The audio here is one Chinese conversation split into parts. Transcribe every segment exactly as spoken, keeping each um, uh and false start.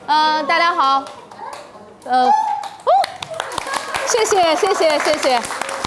呃，大家好，呃，哦，谢谢谢谢谢谢，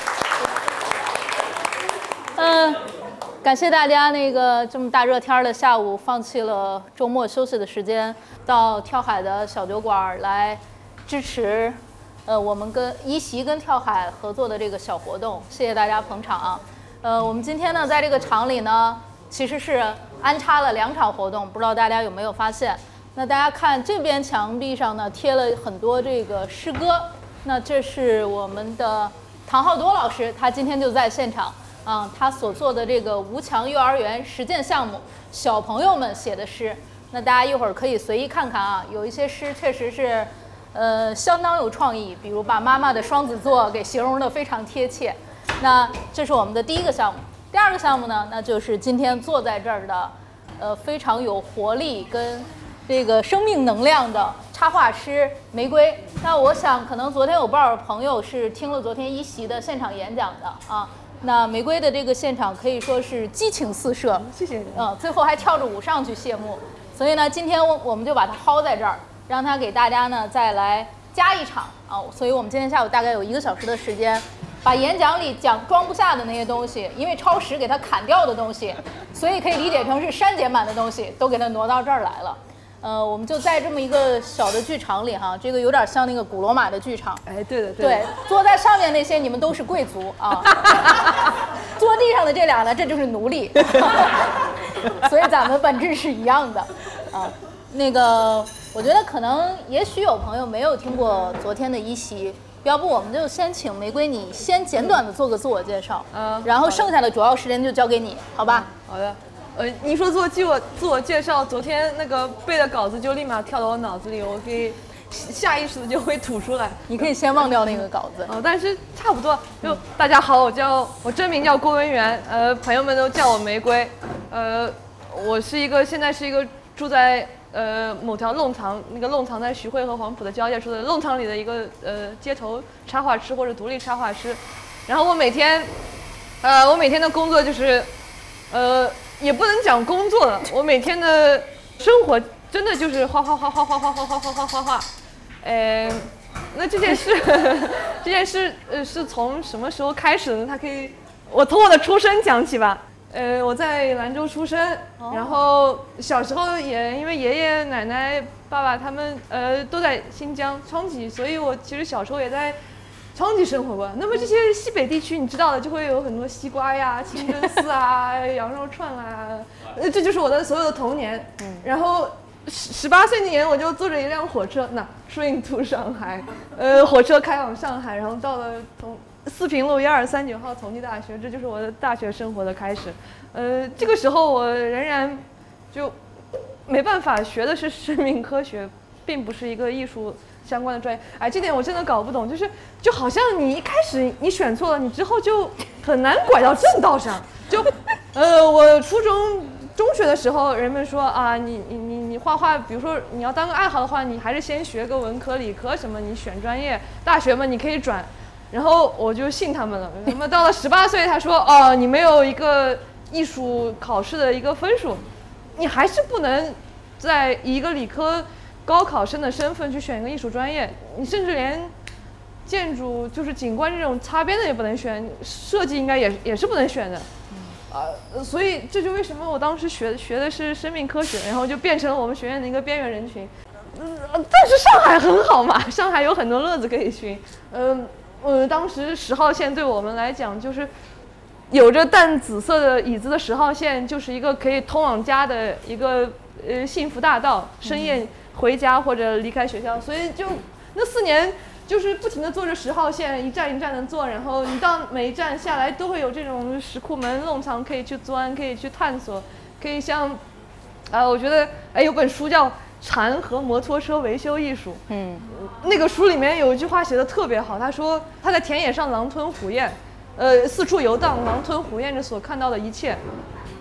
嗯、呃，感谢大家那个这么大热天的下午，放弃了周末休息的时间，到跳海的小酒馆来支持，呃，我们跟一席跟跳海合作的这个小活动，谢谢大家捧场啊。呃，我们今天呢，在这个场里呢，其实是安插了两场活动，不知道大家有没有发现？那大家看这边墙壁上呢，贴了很多这个诗歌。那这是我们的唐浩多老师，他今天就在现场啊、嗯，他所做的这个吴强幼儿园实践项目，小朋友们写的诗。那大家一会儿可以随意看看啊，有一些诗确实是，呃，相当有创意，比如把妈妈的双子座给形容得非常贴切。那这是我们的第一个项目。第二个项目呢，那就是今天坐在这儿的，呃，非常有活力跟这个生命能量的插画师玫瑰。那我想可能昨天有不少朋友是听了昨天一席的现场演讲的啊。那玫瑰的这个现场可以说是激情四射， 谢谢。 嗯，最后还跳着舞上去谢幕。所以呢，今天我我们就把它薅在这儿，让他给大家呢再来加一场啊。所以我们今天下午大概有一个小时的时间，把演讲里讲装不下的那些东西，因为超时给他砍掉的东西，所以可以理解成是删减版的东西，都给他挪到这儿来了。呃，我们就在这么一个小的剧场里哈，这个有点像那个古罗马的剧场。 哎，对的， 对的。对，坐在上面那些你们都是贵族啊，坐地上的这俩呢，这就是奴隶。所以咱们本质是一样的啊。那个，我觉得可能也许有朋友没有听过昨天的一席，要不我们就先请玫瑰你先简短的做个自我介绍，嗯，然后剩下的主要时间就交给你，好吧？ 嗯、好的。呃，你说做自我自我介绍，昨天那个背的稿子就立马跳到我脑子里，我可以下意识的就会吐出来。 你可以先忘掉那个稿子。 哦，但是差不多。就、嗯、大家好，我叫我真名叫郭文媛，呃，朋友们都叫我玫瑰。呃，我是一个现在是一个住在呃某条弄堂，那个弄堂在徐汇和黄埔的交界处的弄堂里的一个呃街头插画师或者独立插画师。然后我每天，呃，我每天的工作就是，呃。也不能讲工作了，我每天的生活真的就是画画画画画画画画画画画画。呃，那这件事，这件事呃是从什么时候开始的呢？它可以，我从我的出生讲起吧。呃，我在兰州出生，然后小时候也因为爷爷奶奶、爸爸他们呃都在新疆昌吉，所以我其实小时候也在昌吉生活过。那么这些西北地区你知道的，就会有很多西瓜呀、清真寺啊、羊肉串啊，呃，这就是我的所有的童年。嗯，然后十十八岁那年，我就坐着一辆火车，那 train to 上海，呃，火车开往上海，然后到了从四平路一二三九号同济大学，这就是我的大学生活的开始。呃，这个时候我仍然就没办法，学的是生命科学，并不是一个艺术相关的专业。哎，这点我真的搞不懂，就是就好像你一开始你选错了，你之后就很难拐到正道上。就呃，我初中中学的时候，人们说啊，你你你你画画，比如说你要当个爱好的话，你还是先学个文科、理科什么，你选专业，大学嘛你可以转。然后我就信他们了。那么到了十八岁，他说哦，你没有一个艺术考试的一个分数，你还是不能在以一个理科高考生的身份去选一个艺术专业，你甚至连建筑就是景观这种擦边的也不能选，设计应该也也是不能选的。呃，所以这就为什么我当时学学的是生命科学，然后就变成了我们学院的一个边缘人群。嗯，但是上海很好嘛，上海有很多乐子可以寻。嗯、呃，呃，当时十号线对我们来讲就是有着淡紫色的椅子的十号线，就是一个可以通往家的一个呃幸福大道，深夜回家或者离开学校。所以就那四年。就是不停地坐着十号线，一站一站的坐，然后你到每一站下来都会有这种石库门弄堂可以去钻，可以去探索，可以像，啊，我觉得哎有本书叫《禅和摩托车维修艺术》，嗯，那个书里面有一句话写得特别好，他说他在田野上狼吞虎咽，呃，四处游荡，狼吞虎咽着所看到的一切，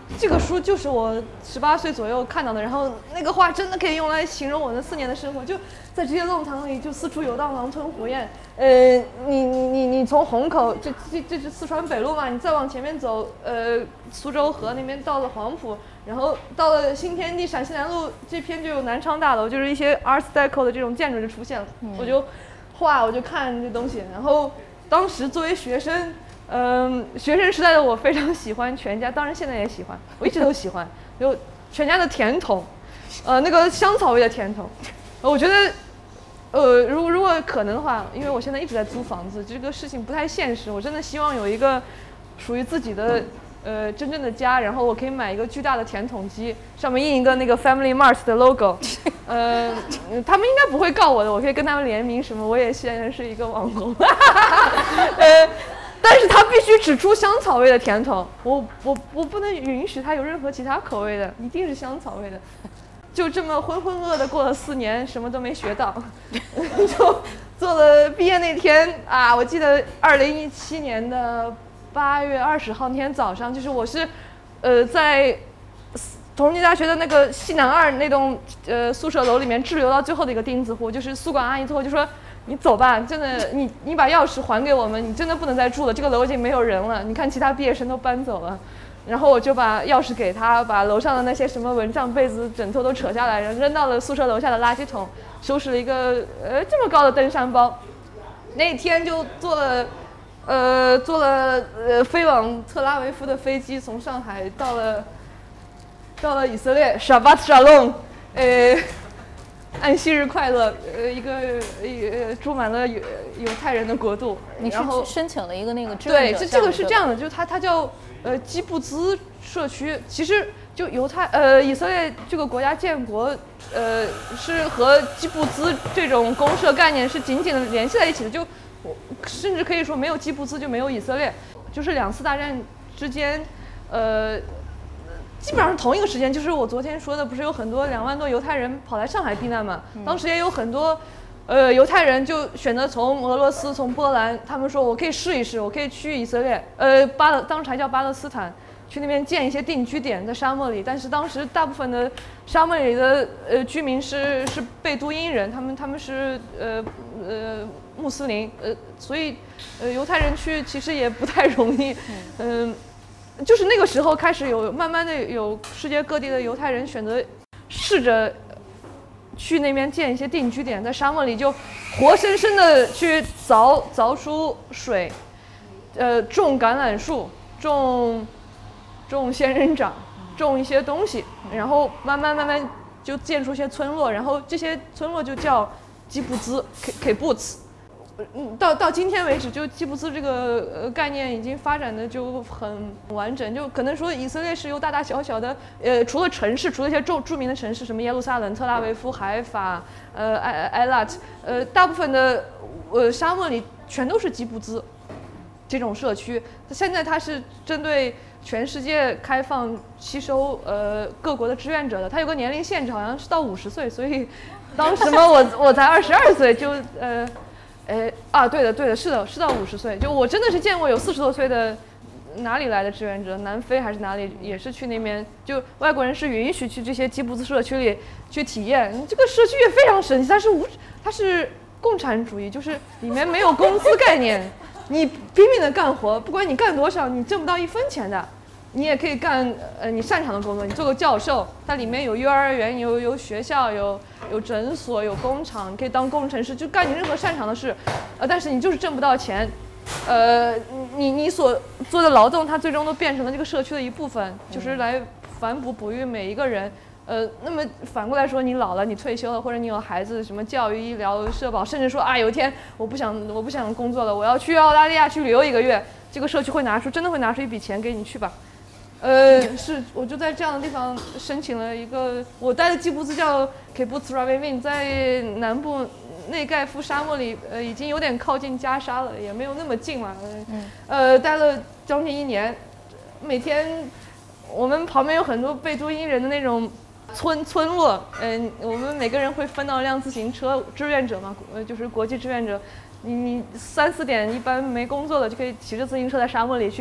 这个书就是我十八岁左右看到的，然后那个话真的可以用来形容我那四年的生活，就在这些弄堂里就四处游荡，狼吞虎咽。呃，你你你你从虹口，这这这是四川北路嘛，你再往前面走，呃，苏州河那边到了黄埔，然后到了新天地陕西南路这片就有南昌大楼，就是一些 Art Deco 的这种建筑就出现了，嗯、我就画，我就看这东西，然后当时作为学生。嗯，学生时代的我非常喜欢全家，当然现在也喜欢，我一直都喜欢。就全家的甜筒，呃，那个香草味的甜筒，我觉得，呃，如果如果可能的话，因为我现在一直在租房子，这个事情不太现实。我真的希望有一个属于自己的呃真正的家，然后我可以买一个巨大的甜筒机，上面印一个那个 Family Mart 的 logo。呃，他们应该不会告我的，我可以跟他们联名什么，我也现在是一个网红。呃。但是它必须只出香草味的甜筒，我我我不能允许它有任何其他口味的，一定是香草味的。就这么浑浑噩噩的过了四年，什么都没学到，就做了毕业那天啊，我记得二零一七年的八月二十号那天早上，就是我是，呃，在同济大学的那个西南二那栋呃宿舍楼里面滞留到最后的一个钉子户，就是宿管阿姨最后就说。你走吧，真的，你你把钥匙还给我们，你真的不能再住了，这个楼已经没有人了。你看其他毕业生都搬走了，然后我就把钥匙给他，把楼上的那些什么蚊帐、被子、枕头都扯下来，然后扔到了宿舍楼下的垃圾桶，收拾了一个呃这么高的登山包。那天就坐了，呃，坐了呃飞往特拉维夫的飞机，从上海到了到了以色列 Shabbat Shalom， 呃。安息日快乐，呃，一个呃住满了犹犹太人的国度。 你是申请了一个那个志愿者？对，这这个是这样的，就是它它叫呃基布兹社区。其实就犹太呃以色列这个国家建国，呃是和基布兹这种公社概念是紧紧的联系在一起的。就我甚至可以说，没有基布兹就没有以色列。就是两次大战之间，呃。基本上是同一个时间，就是我昨天说的，不是有很多两万多犹太人跑来上海避难嘛？当时也有很多，呃，犹太人就选择从俄罗斯、从波兰，他们说我可以试一试，我可以去以色列，呃，巴勒当时还叫巴勒斯坦，去那边建一些定居点在沙漠里。但是当时大部分的沙漠里的呃居民是是贝都因人，他们他们是呃呃穆斯林，呃，所以呃犹太人去其实也不太容易，嗯。呃就是那个时候开始有慢慢的有世界各地的犹太人选择试着去那边建一些定居点，在沙漠里就活生生的去凿凿出水，呃，种橄榄树，种种仙人掌，种一些东西，然后慢慢慢慢就建出一些村落，然后这些村落就叫基布兹 kibbutz。嗯，到到今天为止，就基布兹这个呃概念已经发展的就很完整，就可能说以色列是由大大小小的，呃，除了城市，除了一些著著名的城市，什么耶路撒冷、特拉维夫、海法、呃埃埃拉特，呃，大部分的呃沙漠里全都是基布兹这种社区。现在它是针对全世界开放吸收呃各国的志愿者的，它有个年龄限制，好像是到五十岁，所以当时嘛，我我才二十二岁，就呃。哎啊，对的对的，是的，是到五十岁。就我真的是见过有四十多岁的，哪里来的志愿者？南非还是哪里？也是去那边。就外国人是允许去这些基布兹社区里去体验。这个社区也非常神奇，它是无，它是共产主义，就是里面没有工资概念，你拼命的干活，不管你干多少，你挣不到一分钱的。你也可以干呃你擅长的工作，你做个教授，它里面有幼儿园，有有学校，有有诊所，有工厂，你可以当工程师，就干你任何擅长的事，呃，但是你就是挣不到钱，呃，你你所做的劳动，它最终都变成了这个社区的一部分，就是来反哺哺育每一个人。呃，那么反过来说，你老了，你退休了，或者你有孩子，什么教育、医疗、社保，甚至说啊，有一天我不想我不想工作了，我要去澳大利亚去旅游一个月，这个社区会拿出真的会拿出一笔钱给你去吧。呃，是，我就在这样的地方申请了一个，我待的基布兹叫 Kibbutz Ravim， 在南部内盖夫沙漠里，呃，已经有点靠近加沙了，也没有那么近嘛，嗯、呃，待了将近一年，每天我们旁边有很多贝都因人的那种村村落，嗯、呃，我们每个人会分到一辆自行车，志愿者嘛，呃，就是国际志愿者，你你三四点一般没工作了，就可以骑着自行车在沙漠里去。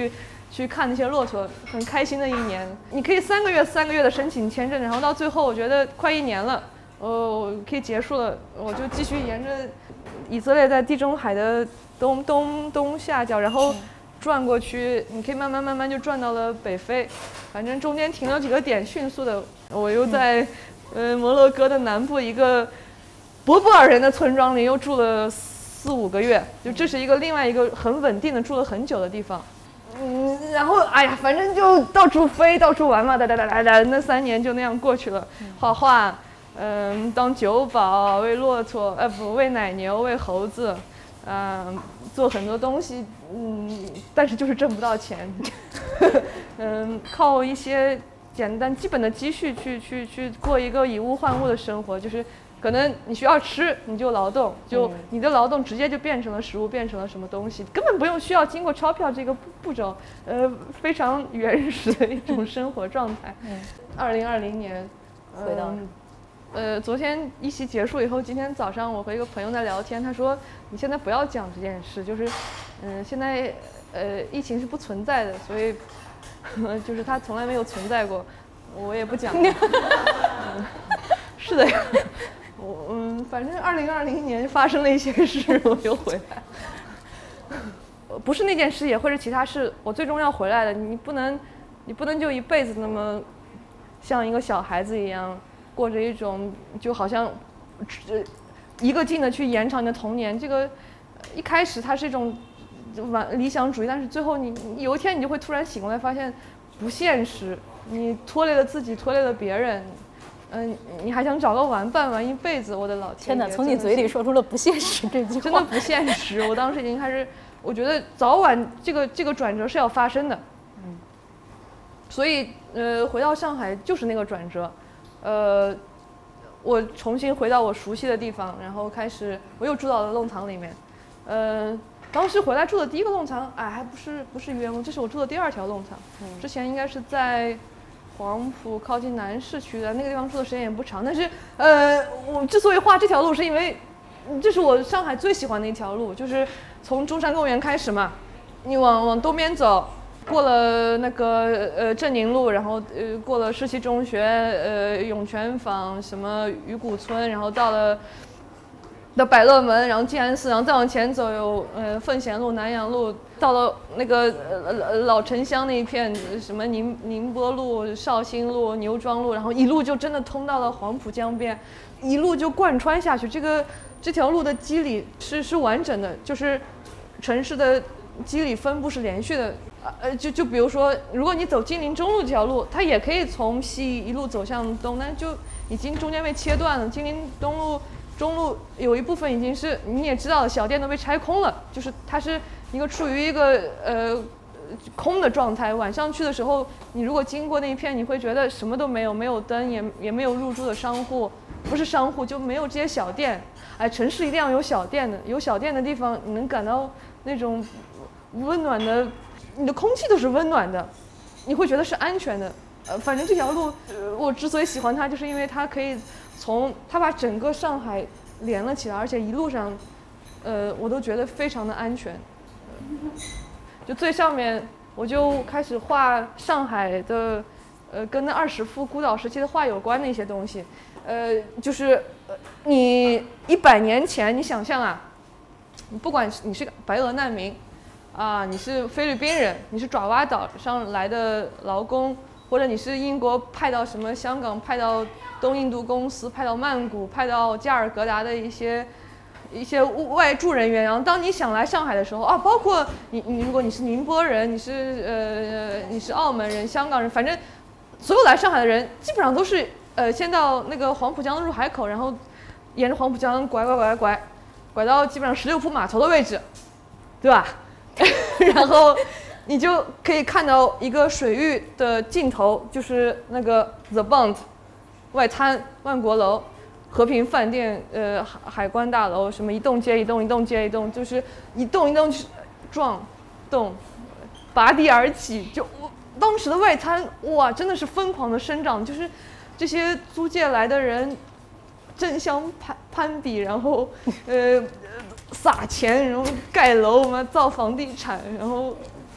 去看那些骆驼，很开心的一年。你可以三个月三个月的申请签证，然后到最后我觉得快一年了，呃，可以结束了，我就继续沿着以色列在地中海的东东东下角，然后转过去，你可以慢慢慢慢就转到了北非，反正中间停了几个点，迅速的我又在呃摩洛哥的南部一个博布尔人的村庄里又住了四五个月，就这是一个另外一个很稳定的住了很久的地方。嗯，然后哎呀，反正就到处飞，到处玩嘛，哒哒哒哒哒，那三年就那样过去了。画画，嗯，当酒保，喂骆驼，呃不，喂奶牛，喂猴子，嗯，做很多东西，嗯，但是就是挣不到钱，嗯，靠一些简单基本的积蓄去去去过一个以物换物的生活，就是可能你需要吃，你就劳动，就你的劳动直接就变成了食物，变成了什么东西，根本不用需要经过钞票这个步步骤，呃，非常原始的一种生活状态。二零二零年， 回到。 嗯呃，昨天一席结束以后，今天早上我和一个朋友在聊天，他说你现在不要讲这件事，就是，嗯、呃，现在呃疫情是不存在的，所以，就是它从来没有存在过，我也不讲。嗯、是的呀，我嗯，反正二零二零年发生了一些事，我又回来。不是那件事，也会是其他事，我最终要回来的。你不能，你不能就一辈子那么像一个小孩子一样。过着一种就好像一个劲的去延长你的童年，这个一开始它是一种完理想主义，但是最后你有一天你就会突然醒过来，发现不现实，你拖累了自己，拖累了别人，嗯、呃，你还想找个玩伴玩一辈子，我的老天爷！ 天哪，从你嘴里说出了不现实这句话， 真的不现实。我当时已经开始，我觉得早晚这个这个转折是要发生的，嗯，所以呃，回到上海就是那个转折。呃，我重新回到我熟悉的地方，然后开始我又住到了弄堂里面。呃，当时回来住的第一个弄堂，哎，还不是不是冤枉，这是我住的第二条弄堂。嗯、之前应该是在黄埔靠近南市区的那个地方住的时间也不长，但是呃，我之所以画这条路，是因为这是我上海最喜欢的一条路，就是从中山公园开始嘛，你往往东边走。过了那个呃镇宁路，然后呃过了世纪中学，呃涌泉坊，什么鱼谷村，然后到了到百乐门，然后静安寺，然后再往前走有呃奉贤路、南阳路，到了那个呃老城乡那一片，什么宁宁波路、绍兴路、牛庄路，然后一路就真的通到了黄浦江边，一路就贯穿下去。这个这条路的肌理是是完整的，就是城市的肌理分布是连续的。呃，就就比如说，如果你走金陵中路这条路，它也可以从西一路走向东，但就已经中间被切断了。金陵东路、中路有一部分已经是你也知道，小店都被拆空了，就是它是一个处于一个呃空的状态。晚上去的时候，你如果经过那一片，你会觉得什么都没有，没有灯，也也没有入住的商户，不是商户就没有这些小店。哎，城市一定要有小店的，有小店的地方，你能感到那种温暖的。你的空气都是温暖的，你会觉得是安全的。呃，反正这条路，呃，我之所以喜欢它，就是因为它可以从它把整个上海连了起来，而且一路上，呃，我都觉得非常的安全。呃、就最上面，我就开始画上海的，呃，跟那二十幅孤岛时期的画有关的一些东西。呃，就是，呃，你一百年前，你想象啊，不管你是个白俄难民。啊，你是菲律宾人，你是爪哇岛上来的劳工，或者你是英国派到什么香港，派到东印度公司，派到曼谷，派到加尔各答的一些一些外驻人员。然后当你想来上海的时候，啊，包括你你如果你是宁波人，你是呃你是澳门人、香港人，反正所有来上海的人基本上都是呃先到那个黄浦江的入海口，然后沿着黄浦江拐拐拐拐拐到基本上十六铺码头的位置，对吧？然后你就可以看到一个水域的尽头，就是那个 The Bund 外滩、万国楼、和平饭店、呃海海关大楼，什么一栋接一栋，一栋接一栋，就是一栋一栋撞动，拔地而起。就当时的外滩，哇，真的是疯狂的生长，就是这些租界来的人争相攀攀比，然后呃。撒钱，然后盖楼嘛，造房地产，然后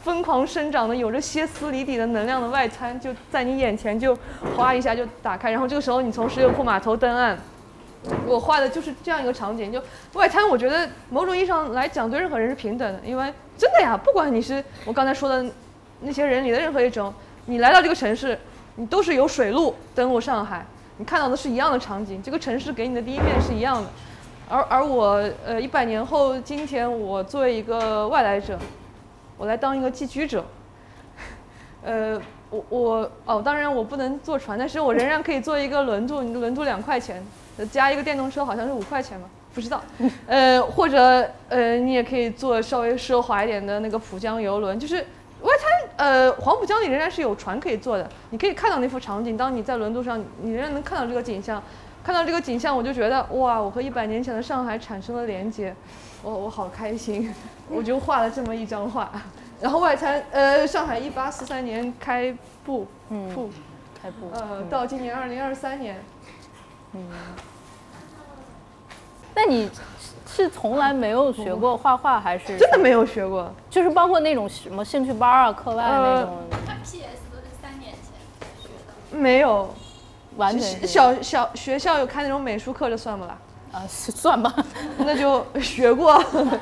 疯狂生长的有着歇斯底里的能量的外滩就在你眼前就哗一下就打开，然后这个时候你从十六铺码头登岸。我画的就是这样一个场景，就外滩，我觉得某种意义上来讲对任何人是平等的，因为真的呀，不管你是我刚才说的那些人里的任何一种，你来到这个城市，你都是由水路登陆上海，你看到的是一样的场景，这个城市给你的第一面是一样的。而而我呃一百年后今天，我作为一个外来者，我来当一个寄居者，呃。我我哦，当然我不能坐船，但是我仍然可以坐一个轮渡，轮渡两块钱，加一个电动车好像是五块钱吧，不知道。呃，或者呃，你也可以坐稍微奢华一点的那个浦江游轮，就是外滩呃黄浦江里仍然是有船可以坐的，你可以看到那幅场景。当你在轮渡上，你仍然能看到这个景象，看到这个景象，我就觉得哇，我和一百年前的上海产生了连接，我我好开心，我就画了这么一张画。然后外滩，呃，上海一八四三年开埠， 嗯， 埠， 开埠， 呃，到今年二零二三年， 嗯。那你是从来没有学过画画，还是真的没有学过？ 就是包括那种什么兴趣班啊、课外那种。 他 P S 都是三年前学的。 没有， 完全小小学校有开那种美术课，就算不啦？ 啊，算吧， 那就学过。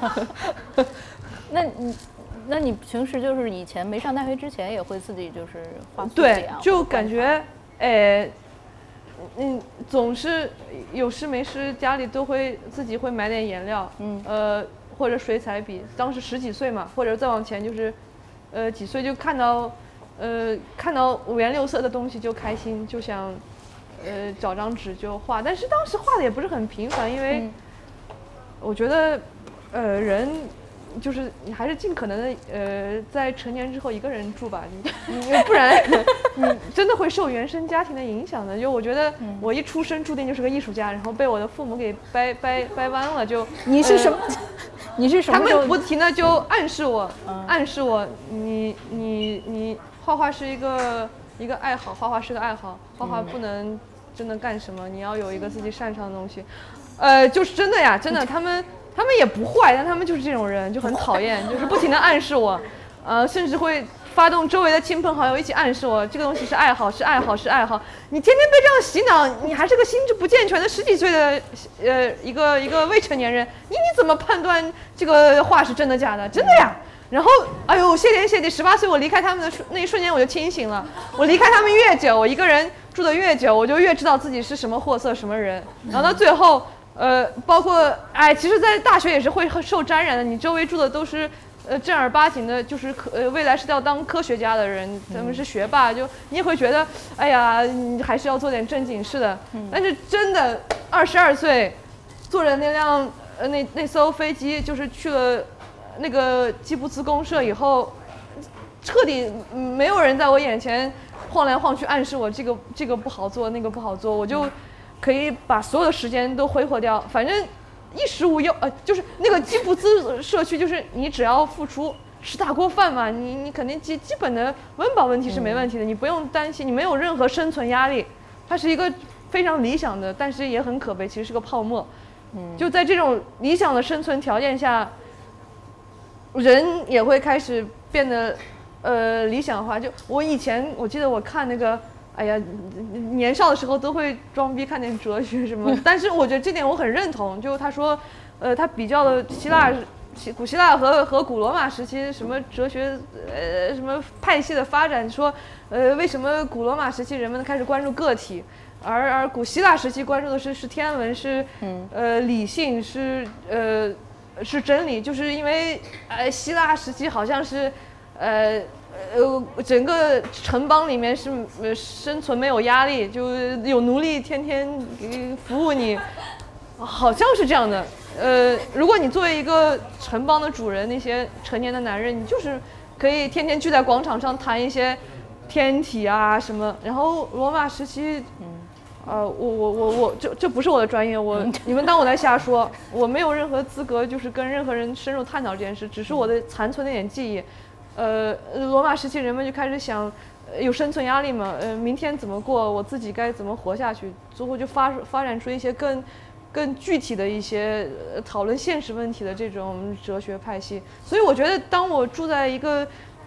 那你。那你平时就是以前没上大学之前也会自己就是画素对， 啊？ 就感觉，哎，嗯，总是有事没事，家里都会自己会买点颜料，嗯，呃，或者水彩笔。当时十几岁嘛，或者再往前就是，呃，几岁就看到，呃，看到五颜六色的东西就开心，就想，呃，找张纸就画。但是当时画的也不是很频繁，因为我觉得，呃，人。就是你还是尽可能的，呃，在成年之后一个人住吧，你你不然你真的会受原生家庭的影响的。就我觉得我一出生注定就是个艺术家，然后被我的父母给掰掰掰弯了。就你是什么？呃、你是什么？ 他们不停的就暗示我，嗯、暗示我，你你你画画是一个一个爱好，画画是个爱好，画画不能真的干什么，你要有一个自己擅长的东西。呃，就是真的呀，真的他们。他们也不坏，但他们就是这种人，就很讨厌，就是不停地暗示我，呃，甚至会发动周围的亲朋好友一起暗示我，这个东西是爱好，是爱好，是爱好。你天天被这样洗脑，你还是个心智不健全的十几岁的，呃，一个一个未成年人，你你怎么判断这个话是真的假的？真的呀。然后，哎呦，谢天谢地，十八岁我离开他们的那一瞬间我就清醒了。我离开他们越久，我一个人住得越久，我就越知道自己是什么货色什么人。然后到最后。呃，包括哎，其实，在大学也是会受沾染的。你周围住的都是，呃，正儿八经的，就是科呃未来是要当科学家的人，他们是学霸，就你也会觉得，哎呀，你还是要做点正经事的。但是真的，二十二岁，坐着那辆呃那那艘飞机，就是去了那个基布兹公社以后，彻底没有人在我眼前晃来晃去暗示我这个这个不好做，那个不好做，我就。可以把所有的时间都挥霍掉，反正衣食无忧，呃，就是那个基布兹社区，就是你只要付出吃大锅饭嘛，你你肯定基基本的温饱问题是没问题的，你不用担心，你没有任何生存压力，它是一个非常理想的，但是也很可悲，其实是个泡沫。嗯，就在这种理想的生存条件下，人也会开始变得呃理想化。就我以前我记得我看那个。哎呀，年少的时候都会装逼看点哲学什么，但是我觉得这点我很认同。就他说，呃，他比较了希腊、古希腊和和古罗马时期什么哲学，呃，什么派系的发展，说，呃，为什么古罗马时期人们开始关注个体，而而古希腊时期关注的是是天文，是呃理性，是呃是真理，就是因为呃希腊时期好像是，呃。呃，整个城邦里面是呃生存没有压力，就有奴隶天天服务你，好像是这样的。呃，如果你作为一个城邦的主人，那些成年的男人，你就是可以天天聚在广场上谈一些天体啊什么。然后罗马时期，呃，我我我我这这不是我的专业，我你们当我在瞎说，我没有任何资格就是跟任何人深入探讨这件事，只是我的残存的一点记忆。呃，罗马时期人们就开始想，呃、有生存压力嘛，呃，明天怎么过，我自己该怎么活下去，最后就发发展出一些更更具体的一些、呃、讨论现实问题的这种哲学派系。所以我觉得，当我住在一个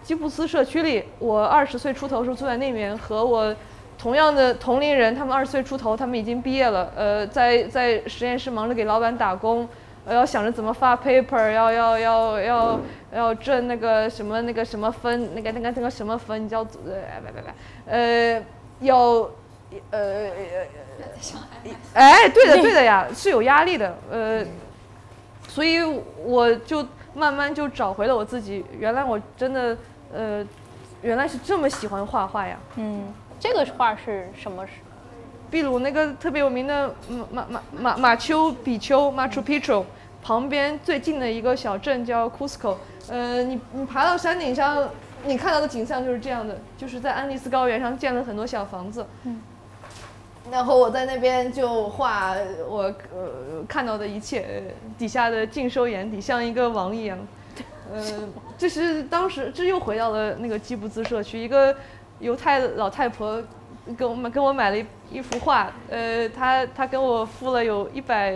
吉布斯社区里，我二十岁出头的时候住在那边，和我同样的同龄人，他们二十岁出头，他们已经毕业了，呃，在在实验室忙着给老板打工，呃，要想着怎么发 paper， 要要要要要挣那个什么那个什么分，那个那个那个什么分，你叫呃别别别，呃，要呃哎，对的对的呀，是有压力的，呃，所以我就慢慢就找回了我自己，原来我真的呃，原来是这么喜欢画画呀， 嗯。这个画是什么？ 秘鲁那个特别有名的马马马马丘比丘 Machu Picchu 旁边最近的一个小镇叫 Cusco， 呃，你你爬到山顶上，你看到的景象就是这样的，就是在安第斯高原上建了很多小房子。嗯。然后我在那边就画我呃看到的一切，底下的尽收眼底，像一个王一样。呃，这是当时这又回到了那个吉布兹社区，一个犹太老太婆跟我们跟我买了一一幅画，呃，她她跟我付了有一百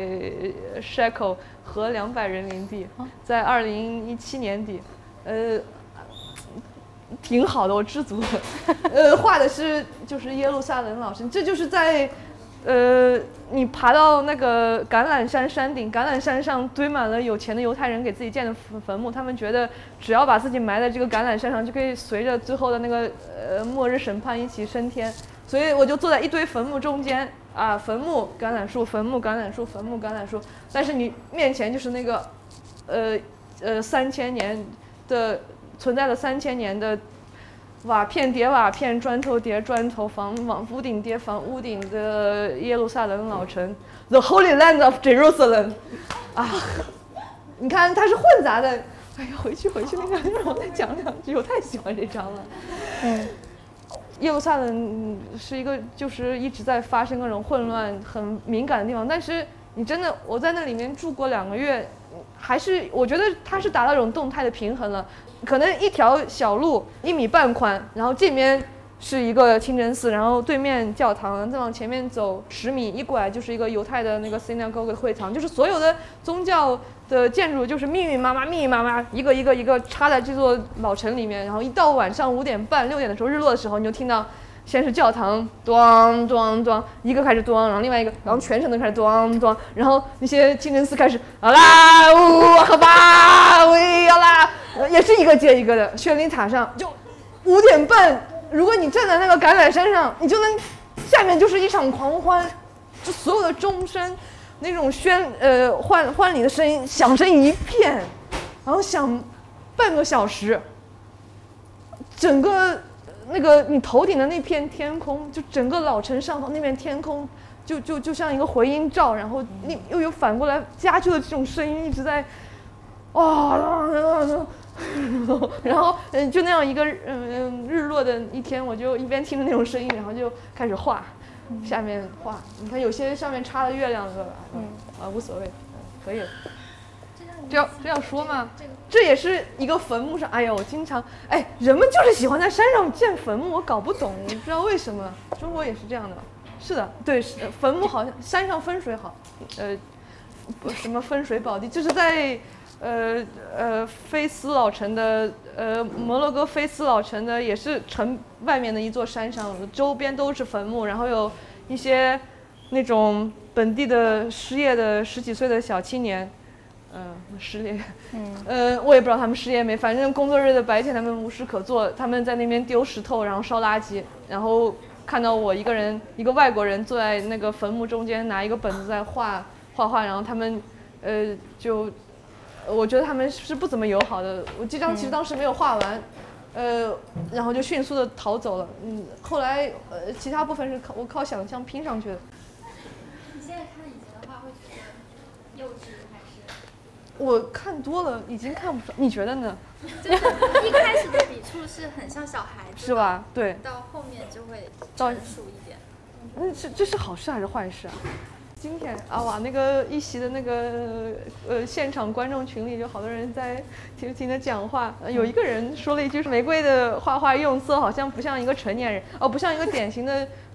shekel 和两百人民币，在二零一七年底，呃，挺好的，我知足了。呃，画的是就是耶路撒冷老神，这就是在。呃，你爬到那个橄榄山山顶，橄榄山上堆满了有钱的犹太人给自己建的坟墓，他们觉得只要把自己埋在这个橄榄山上，就可以随着最后的那个呃末日审判一起升天。所以我就坐在一堆坟墓中间啊，坟墓橄榄树，坟墓橄榄树，坟墓橄榄树，但是你面前就是那个呃呃三千年的存在了三千年的。瓦片叠瓦片，砖头叠砖头，房往屋顶叠房屋顶的耶路撒冷老城 ，The Holy Land of Jerusalem， 啊，你看它是混杂的。哎呀，回去回去，那个让我再讲两句，我太喜欢这张了。嗯，耶路撒冷是一个就是一直在发生各种混乱、很敏感的地方，但是你真的我在那里面住过两个月，还是我觉得它是达到一种动态的平衡了。可能一条小路一米半宽，然后这边是一个清真寺，然后对面教堂，再往前面走十米一拐就是一个犹太的那个 synagogue 会堂，就是所有的宗教的建筑就是密密麻麻密密麻麻一个一个一个插在这座老城里面，然后一到晚上五点半六点的时候日落的时候，你就听到先是教堂咚咚咚，一个开始咚，然后另外一个，然后全城都开始咚咚，然后那些清真寺开始啊啦呜哈巴喂呀啦，也是一个接一个的，宣礼塔上就五点半，如果你站在那个橄榄山上，你就能下面就是一场狂欢，就所有的钟声，那种宣呃欢欢礼的声音响声一片，然后响半个小时，整个。那个你头顶的那片天空，就整个老城上头那片天空，就就就像一个回音罩，然后你又有反过来加剧的这种声音一直在，哇、哦，然后嗯就那样一个嗯日落的一天，我就一边听着那种声音，然后就开始画，下面画，你看有些上面插了月亮的，嗯啊无所谓，可以了。这要这要说吗？这也是一个坟墓上，哎呀，我经常，哎，人们就是喜欢在山上建坟墓，我搞不懂，我不知道为什么，中国也是这样的。是的，对，是坟墓好像山上风水好，呃，什么风水宝地，就是在呃呃菲斯老城的呃摩洛哥菲斯老城的，也是城外面的一座山上，周边都是坟墓，然后有一些那种本地的失业的十几岁的小青年。嗯，失业，嗯，呃，我也不知道他们失业没，反正工作日的白天他们无事可做，他们在那边丢石头，然后烧垃圾，然后看到我一个人，一个外国人坐在那个坟墓中间，拿一个本子在画画画，然后他们，呃，就，我觉得他们是不怎么友好的。我这张其实当时没有画完，呃，然后就迅速的逃走了。嗯，后来呃，其他部分是靠我靠想象拼上去的。 你现在看以前的画会觉得幼稚？ 我看多了，已经看不出。你觉得呢？ 就是一开始的笔触是很像小孩子， 是吧？对。 到后面就会成熟一点。 嗯，这这是好事还是坏事啊？今天啊哇，那个一席的那个呃现场观众群里，就好多人在听听他讲话。呃、有一个人说了一句：“玫瑰的画画用色好像不像一个成年人，哦，不像一个典型的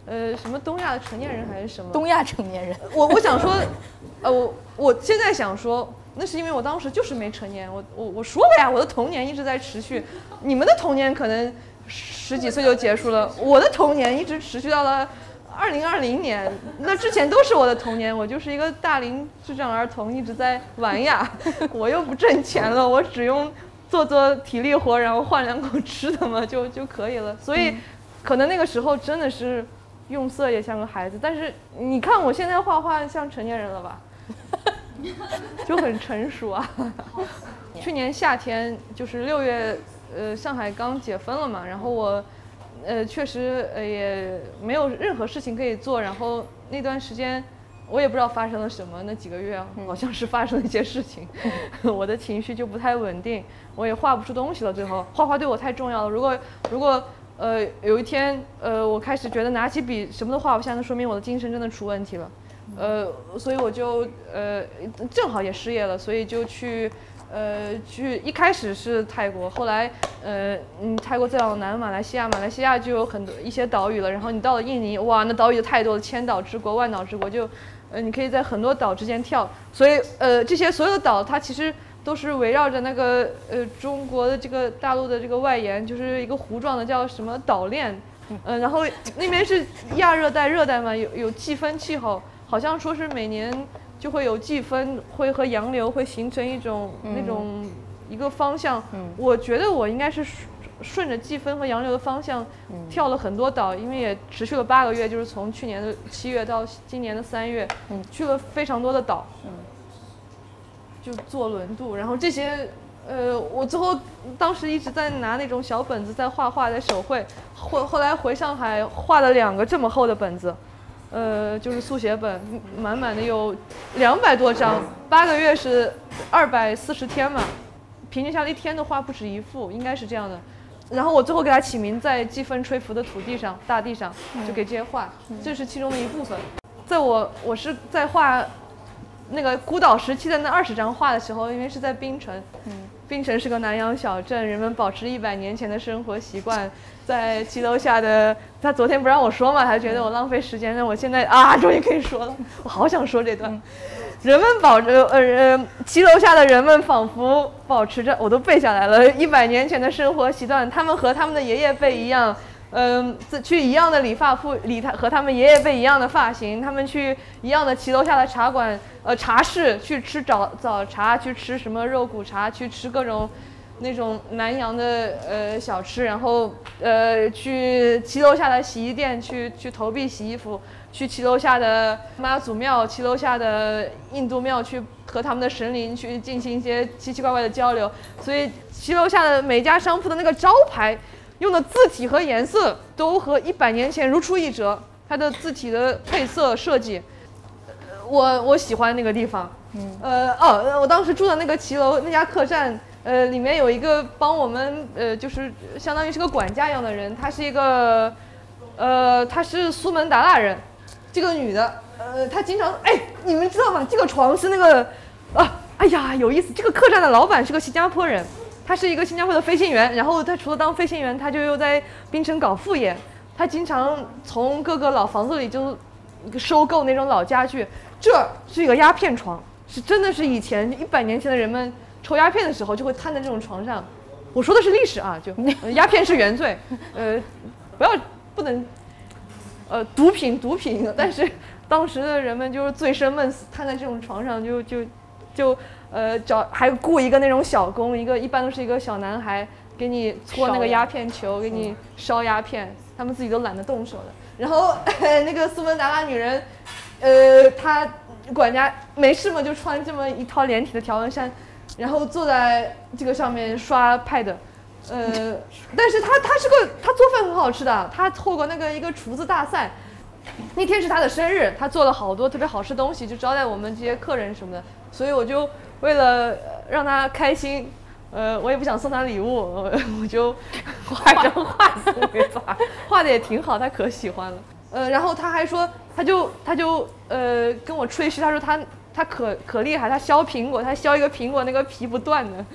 呃，什么东亚的成年人还是什么？ 东亚成年人。 我我想说，呃，我我现在想说，那是因为我当时就是没成年。我我我说了呀，我的童年一直在持续，你们的童年可能十几岁就结束了，我的童年一直持续到了二零二零年，那之前都是我的童年。我就是一个大龄智障儿童，一直在玩呀，我又不挣钱了，我只用做做体力活，然后换两口吃的嘛，就就可以了。所以，可能那个时候真的是。用色也像个孩子，但是你看我现在画画像成年人了吧，就很成熟啊。去年夏天就是六月，呃，上海刚解封了嘛，然后我，呃，确实呃也没有任何事情可以做，然后那段时间我也不知道发生了什么，那几个月好像是发生了一些事情，我的情绪就不太稳定，我也画不出东西了。最后画画对我太重要了，如果如果。呃，有一天，呃，我开始觉得拿起笔什么都画不下，那说明我的精神真的出问题了，呃，所以我就呃正好也失业了，所以就去呃去一开始是泰国，后来呃嗯泰国再往南马来西亚，马来西亚就有很多一些岛屿了，然后你到了印尼，哇，那岛屿太多了，千岛之国，万岛之国，就呃你可以在很多岛之间跳，所以呃这些所有的岛它其实。都是围绕着那个呃中国的这个大陆的这个外沿，就是一个弧状的叫什么岛链，呃，然后那边是亚热带、热带嘛，有有季风气候，好像说是每年就会有季风，会和洋流会形成一种、嗯、那种一个方向。嗯、我觉得我应该是顺着季风和洋流的方向跳了很多岛，因为也持续了八个月，就是从去年的七月到今年的三月，嗯、去了非常多的岛。嗯就坐轮渡，然后这些，呃，我最后当时一直在拿那种小本子在画画，在手绘。后后来回上海画了两个这么厚的本子，呃，就是速写本，满满的有两百多张，八个月是二百四十天嘛，平均下来一天都画不止一幅，应该是这样的。然后我最后给它起名，在季风吹拂的土地上、大地上，就给这些画，这是其中的一部分。在我我是在画。那个孤岛时期的那二十张画的时候，因为是在槟城，嗯，槟城是个南洋小镇，人们保持一百年前的生活习惯，在骑楼下的，他昨天不让我说嘛，他觉得我浪费时间，那我现在啊，终于可以说了，我好想说这段，嗯、人们保着呃呃，骑楼下的人们仿佛保持着，我都背下来了，一百年前的生活习惯，他们和他们的爷爷辈一样。嗯，去一样的理发铺理他和他们爷爷辈一样的发型，他们去一样的骑楼下的茶馆呃茶室去吃早早茶，去吃什么肉骨茶，去吃各种那种南洋的呃小吃，然后呃去骑楼下的洗衣店去去投币洗衣服，去骑楼下的妈祖庙，骑楼下的印度庙去和他们的神灵去进行一些奇奇怪怪的交流，所以骑楼下的每家商铺的那个招牌。用的字体和颜色都和一百年前如出一辙，它的字体的配色设计，我我喜欢那个地方。嗯，呃哦，我当时住的那个骑楼那家客栈，呃，里面有一个帮我们，呃，就是相当于是个管家一样的人，她是一个，呃，她是苏门答腊人，这个女的，呃，她经常，哎，你们知道吗？这个床是那个，啊，哎呀，有意思，这个客栈的老板是个新加坡人。他是一个新加坡的飞行员，然后他除了当飞行员，他就又在槟城搞副业。他经常从各个老房子里就收购那种老家具。这是一个鸦片床，是真的是以前一百年前的人们抽鸦片的时候就会瘫在这种床上。我说的是历史啊，就、呃、鸦片是原罪，呃，不要不能，呃，毒品毒品，但是当时的人们就是醉生梦死，瘫在这种床上就就就。呃，找还雇一个那种小工，一个一般都是一个小男孩，给你搓那个鸦片球，给你烧鸦片，他们自己都懒得动手的。然后、呃、那个苏门答腊女人，呃，她管家没事嘛，就穿这么一套连体的条纹衫，然后坐在这个上面刷 pad， 呃，但是她她是个她做饭很好吃的，她透过那个一个厨子大赛。那天是她的生日，她做了好多特别好吃的东西，就招待我们这些客人什么的，所以我就为了让她开心，呃，我也不想送她礼物，我我就画一张画送给她，画的也挺好，她可喜欢了。呃，然后她还说，她就她就呃跟我吹嘘，她说她她可可厉害，她削苹果，她削一个苹果那个皮不断的。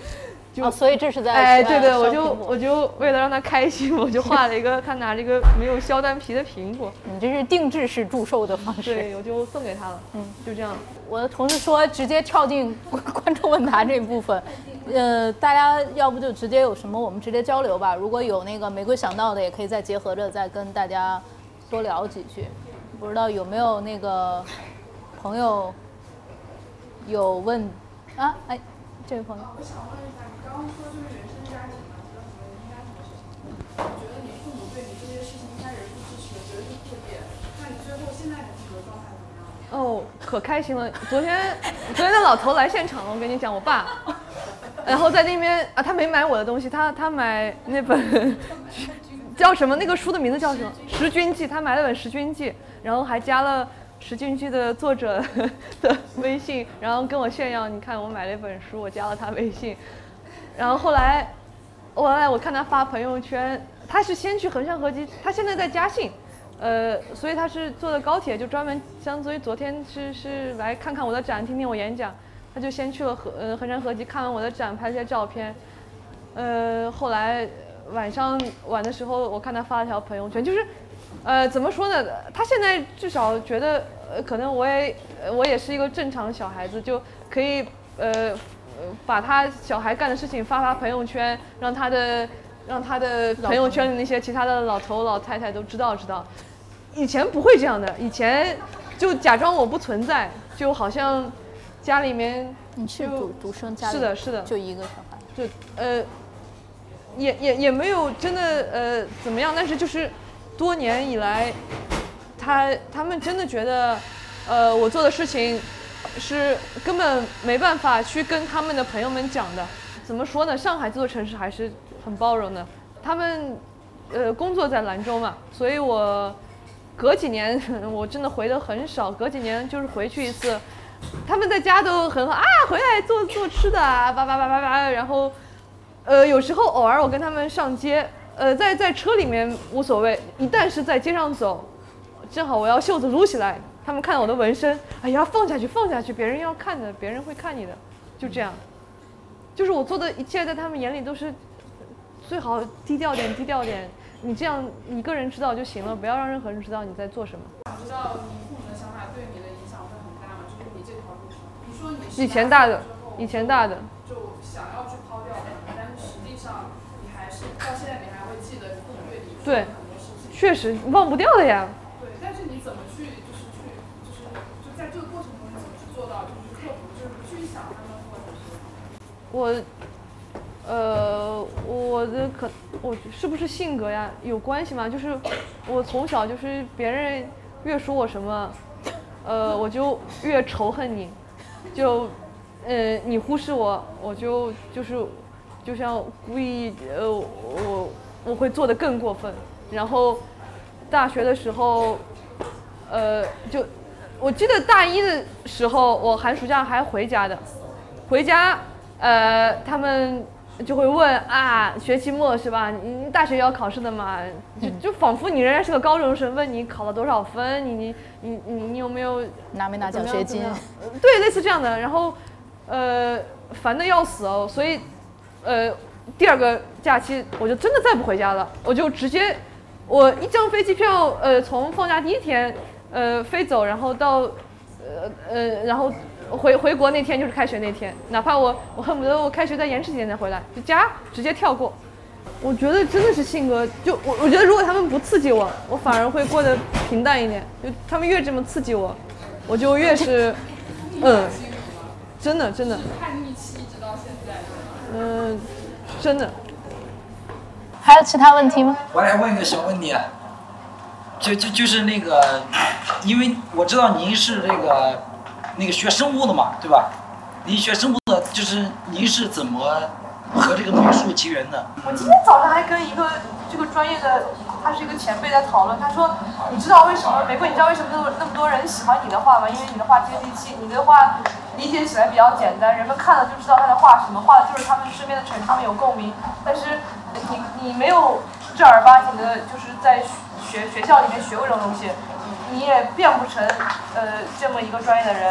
就、 哦，所以这是在哎，对对， 呃我就烧苹果我就为了让他开心，我就画了一个他拿着一个没有削单皮的苹果， 你这是定制式祝寿的方式。 对，我就送给他了，嗯，就这样。 我的同事说直接跳进观众问答这一部分，呃，大家要不就直接有什么我们直接交流吧。如果有那个玫瑰想到的，也可以再结合着再跟大家多聊几句。不知道有没有那个朋友有问啊？哎，这位朋友。 我想问一下，你刚刚说就是原生家庭嘛，提到很多原生家庭的事情，我觉得你父母对你这些事情应该人不支持的，绝对是特别。那你最后现在的这个状态怎么样？ 哦，可开心了！昨天昨天的老头来现场了，我跟你讲，我爸，然后在那边啊，他没买我的东西，他他买那本叫什么？那个书的名字叫什么？《识君记》，他买了本《识君记》，然后还加了《识君记》的作者的微信，然后跟我炫耀，你看我买了一本书，我加了他微信。然后后来，后来我看他发朋友圈，他是先去衡山合集，他现在在嘉兴。呃，所以他是坐的高铁，就专门相当于昨天是是来看看我的展，听听我演讲，他就先去了衡呃衡山合集，看完我的展，拍了些照片。呃，后来晚上晚的时候，我看他发了条朋友圈，就是，呃，怎么说呢？他现在至少觉得，呃，可能我也我也是一个正常小孩子，就可以呃把他小孩干的事情发发朋友圈，让他的让他的朋友圈里那些其他的老头老太太都知道知道。以前不会这样的，以前就假装我不存在，就好像家里面你是独独生家里？ 是的，是的， 就一个小孩。 就呃，也也也没有真的呃怎么样，但是就是多年以来，他他们真的觉得，呃，我做的事情是根本没办法去跟他们的朋友们讲的。怎么说呢？上海这座城市还是很包容的。他们呃工作在兰州嘛，所以我。隔几年我真的回的很少，隔几年就是回去一次，他们在家都很好啊，回来做做吃的啊，叭叭叭叭叭，然后，呃，有时候偶尔我跟他们上街，呃，在在车里面无所谓，一旦是在街上走，正好我要袖子撸起来，他们看到我的纹身，哎呀，放下去放下去，别人要看的，别人会看你的，就这样，就是我做的一切在他们眼里都是最好低调点低调点。你这样一个人知道就行了，不要让任何人知道你在做什么。 想知道你父母的想法对你的影响会很大吗？就是你这条路上，你说你以前大的，以前大的， 就想要去抛掉的，但是实际上你还是到现在你还会记得你父母对你说的很多事情。 确实忘不掉的呀。 对，但是你怎么去，就是去，就是就在这个过程中你怎么去做到，就是克服，就是不去想他们或者是。 我。呃，我的可我是不是性格呀有关系吗？就是我从小就是别人越说我什么，呃，我就越仇恨你，就呃你忽视我，我就就是就像故意呃我我会做得更过分。然后大学的时候，呃就我记得大一的时候，我寒暑假还回家的，回家呃他们。就会问啊，学期末是吧？你大学要考试的嘛？就就仿佛你仍然是个高中生，问你考了多少分，你你你你你有没有拿没拿奖学金？ 对，类似这样的。然后，呃，烦得要死哦。所以，呃，第二个假期我就真的再不回家了，我就直接，我一张飞机票，呃，从放假第一天，呃，飞走，然后到，呃呃，然后。回回国那天就是开学那天，哪怕我我恨不得我开学再延迟几天再回来，就家直接跳过。我觉得真的是性格，就我我觉得如果他们不刺激我，我反而会过得平淡一点。就他们越这么刺激我，我就越是，嗯，真的真的。 叛逆期一直到现在。 嗯，真的。 还有其他问题吗？ 我来问一个小问题啊，就就就是那个，因为我知道您是这个。那个学生物的嘛，对吧？您学生物的，就是您是怎么和这个美术结缘的？ 我今天早上还跟一个这个专业的，他是一个前辈在讨论。他说，你知道为什么玫瑰？你知道为什么那么那么多人喜欢你的画吗？因为你的画接地气，你的画理解起来比较简单，人们看了就知道他在画什么，画的就是他们身边的城市，他们有共鸣。但是你你没有正儿八经的，就是在学学校里面学过这种东西。你也变不成呃这么一个专业的人，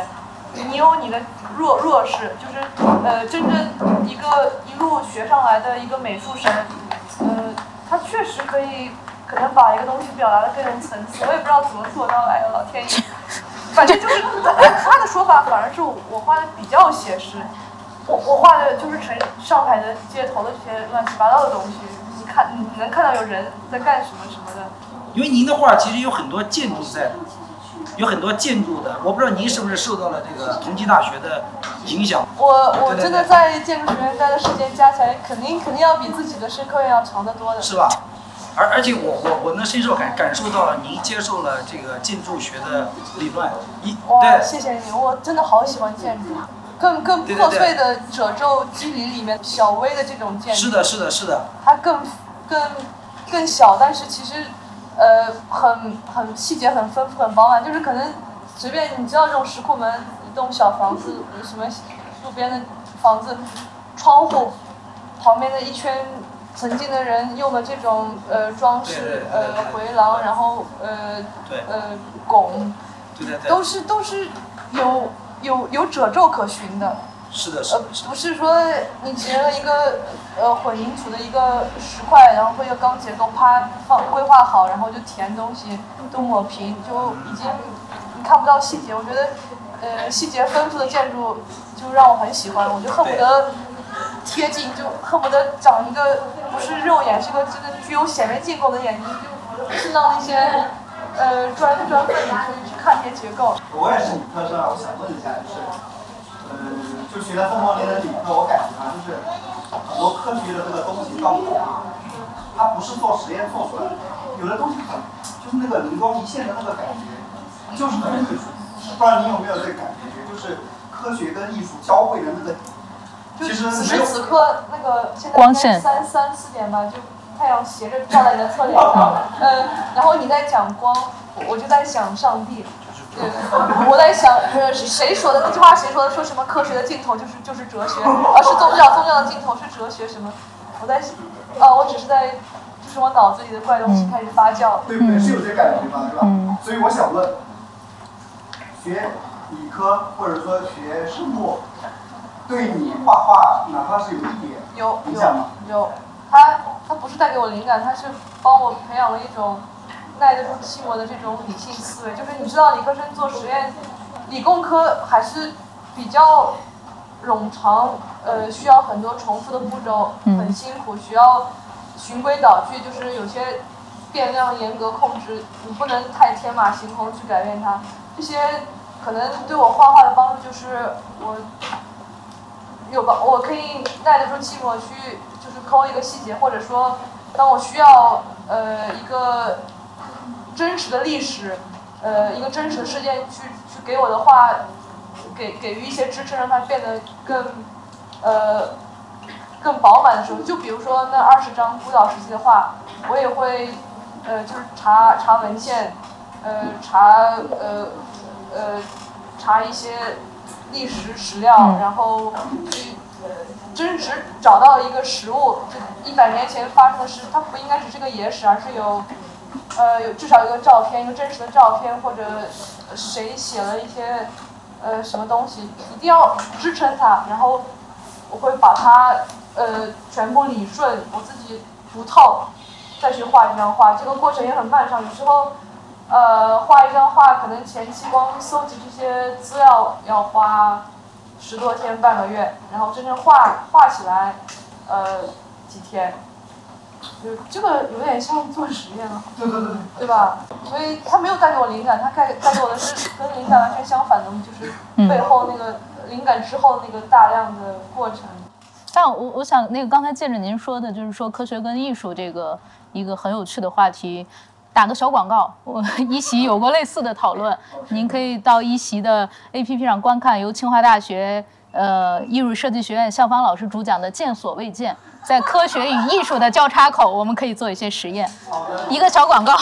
你有你的弱弱势，就是呃真正一个一路学上来的一个美术生，呃他确实可以可能把一个东西表达的更有层次，我也不知道怎么做到来的，老天爷。反正就是按他的说法，反而是我画的比较写实，我我画的就是成上海的街头的这些乱七八糟的东西，你看你能看到有人在干什么什么的。 因为您的画其实有很多建筑在的，有很多建筑的，我不知道您是不是受到了这个同济大学的影响。 我我真的在建筑学院待的时间加起来，肯定肯定要比自己的深科院要长得多的。 是吧？而而且我我我能深受感感受到了您接受了这个建筑学的理论，一哇，谢谢你，我真的好喜欢建筑，更更破碎的褶皱肌理里面小微的这种建筑。 是的，是的，是的。 它更更更小，但是其实呃很很细节很丰富很饱满，就是可能随便你知道这种石库门一栋小房子，什么路边的房子，窗户旁边的一圈。曾经的人用的这种呃装饰呃回廊，然后呃呃拱， 对对对， 都是都是有有有褶皱可循的。 是的，是的。 呃，不是说你结了一个呃混凝土的一个石块，然后或一个钢结构，啪放规划好，然后就填东西，都抹平，就已经你看不到细节。我觉得呃细节丰富的建筑就让我很喜欢，我就恨不得。贴近就恨不得长一个不是肉眼，是个真的具有显微镜构的眼睛，就不是让那些呃专专分子可以去看这些结构。 我也是理科生，我想问一下，就是，呃，就学了这么多年的理科，我感觉啊，就是很多科学的这个东西到后啊，它不是做实验做出来的，有的东西很就是那个灵光一现的那个感觉，就是很艺术。不知道你有没有这个感觉，就是科学跟艺术交汇的那个。 就此时此刻，那个现在应该三三四点吧，就太阳斜着照在你的侧脸上，呃，然后你在讲光，我就在想上帝，对，我在想，呃，谁说的那句话？谁说的？说什么科学的尽头就是就是哲学，而是宗教，宗教的尽头是哲学什么？我在，哦，我只是在，就是我脑子里的怪东西开始发酵， 对不对？是有这感觉吧，对吧？所以我想问，学理科或者说学生物。对你画画，哪怕是有一点影响吗？ 有有，它它不是带给我灵感，它是帮我培养了一种耐得住寂寞的这种理性思维。就是你知道，理科生做实验，理工科还是比较冗长，呃，需要很多重复的步骤，很辛苦，需要循规蹈矩，就是有些变量严格控制，你不能太天马行空去改变它。这些可能对我画画的帮助就是我。有吧，我可以耐得住寂寞去，就是抠一个细节，或者说，当我需要呃一个真实的历史，呃一个真实的事件去去给我的画，给给予一些支撑，让它变得更呃更饱满的时候，就比如说那二十张孤岛时期的画，我也会呃就是查查文献，呃查呃呃查一些。历史史料，然后去真实找到一个实物，就一百年前发生的事，它不应该只是个野史，而是有，呃，有至少一个照片，一个真实的照片，或者谁写了一些，呃，什么东西，一定要支撑它，然后我会把它呃全部理顺，我自己读透，再去画一张画，这个过程也很漫长，有时候。呃，画一张画可能前期光搜集这些资料要花十多天半个月，然后真正画画起来，呃，几天，就这个有点像做实验了， 对对对， 对吧？所以它没有带给我灵感，它带带给我的是跟灵感完全相反的，就是背后那个灵感之后那个大量的过程。 但我我想那个刚才借着您说的，就是说科学跟艺术这个一个很有趣的话题。打个小广告，我一席有过类似的讨论，您可以到一席的 A P P 上观看由清华大学呃艺术设计学院向芳老师主讲的《见所未见》，在科学与艺术的交叉口，我们可以做一些实验。一个小广告。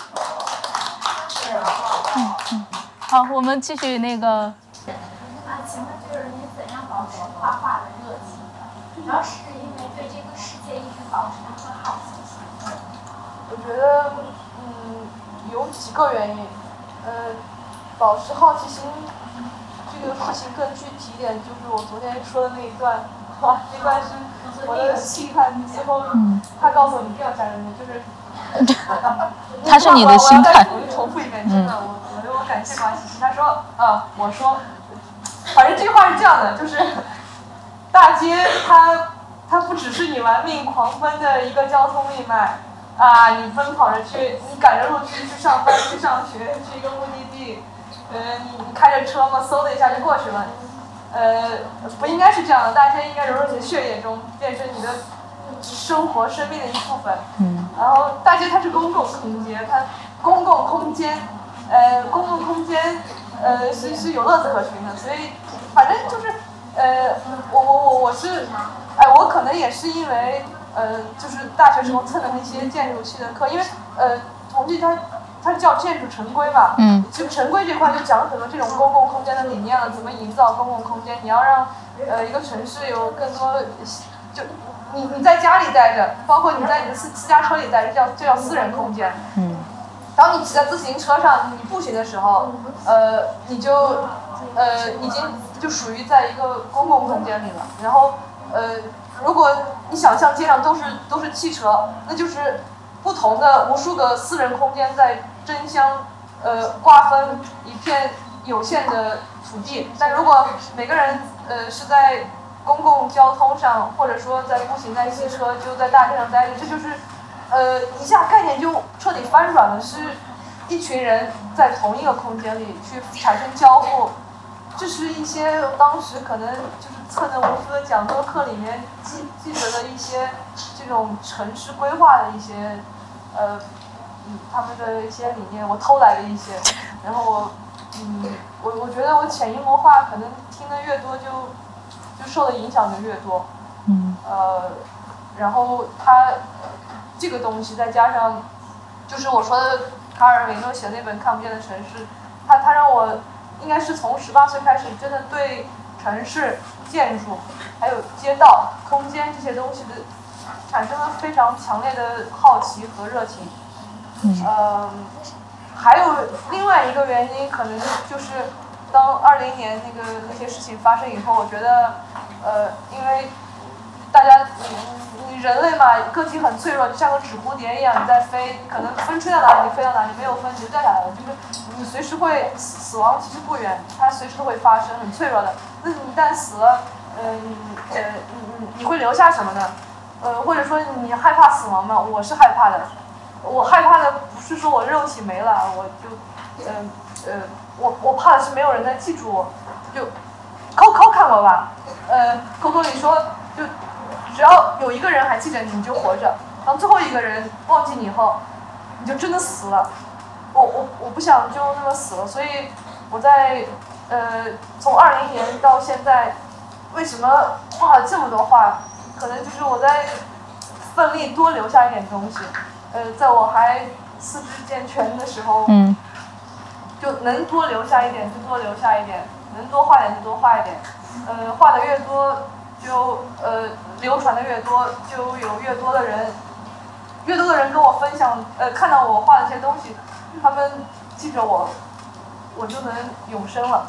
嗯嗯，好，我们继续那个。 啊，请问就是您怎样保持画画的热情？主要是因为对这个世界一直保持着很好奇心。 我觉得。嗯，有几个原因，呃，保持好奇心，这这个事情更具体一点，就是我昨天说的那一段，哇，那段是我的心态。最后他告诉我你不要加人家，就是。 他是你的心态。 我重复一遍，真的，我我有感谢关系。他说，啊，我说，反正这句话是这样的，就是大街它它不只是你玩命狂奔的一个交通命脉啊，你奔跑着去，你赶着路去去上班、去上学、去一个目的地，呃，你你开着车嘛，嗖的一下就过去了，呃，不应该是这样的，大街应该融入你的血液中，变成你的生活、生命的一部分。 嗯。 然后大街它是公共空间，它公共空间，呃，公共空间，呃，是是有乐子可循的，所以反正就是，呃，我我我我是，哎，我可能也是因为，呃，就是大学时候蹭的那些建筑系的课，因为呃，同济它它叫建筑城规嘛， 嗯， 就城规这块就讲了很多这种公共空间的理念了，怎么营造公共空间，你要让呃一个城市有更多就。你你在家里待着，包括你在你的私私家车里待着，叫这叫私人空间。 嗯。 当你骑在自行车上，你步行的时候，呃，你就呃已经就属于在一个公共空间里了。然后呃，如果你想象街上都是都是汽车，那就是不同的无数个私人空间在争相呃瓜分一片有限的土地。但如果每个人呃是在公共交通上，或者说在步行、在骑车，就在大街上待着，这就是，呃，一下概念就彻底翻转了，是一群人在同一个空间里去产生交互，这是一些当时可能就是蹭的无数的讲座课里面记记得的一些这种城市规划的一些，呃，嗯，他们的一些理念，我偷来的一些，然后我，嗯，我我觉得我潜移默化，可能听得越多就。就受的影响就越多， 嗯， 呃，然后他这个东西再加上，就是我说的卡尔维诺写的那本《看不见的城市》，他他让我应该是从十八岁开始，真的对城市、建筑、还有街道、空间这些东西的产生了非常强烈的好奇和热情。 嗯， 呃，还有另外一个原因，可能就是当二零年那个那些事情发生以后，我觉得。呃，因为大家你你人类嘛，个体很脆弱，就像个纸蝴蝶一样，你在飞，可能风吹到哪里你飞到哪里，没有风你就掉下来了，就是你随时会死死亡，其实不远，它随时都会发生，很脆弱的。那你一旦死了，嗯呃你你你会留下什么呢？呃，或者说你害怕死亡吗？我是害怕的，我害怕的不是说我肉体没了，我就，呃呃，我我怕的是没有人再记住我，就。扣扣看我吧，呃，扣扣里说，就只要有一个人还记着你，你就活着；当最后一个人忘记你以后，你就真的死了。我我我不想就那么死了，所以我在呃从二零年到现在，为什么画了这么多画？可能就是我在奋力多留下一点东西。呃，在我还四肢健全的时候， 嗯， 就能多留下一点就多留下一点。能多画点就多画一点，呃，画的越多，就呃流传的越多，就有越多的人，越多的人跟我分享，呃，看到我画的这些东西，他们记着我，我就能永生了。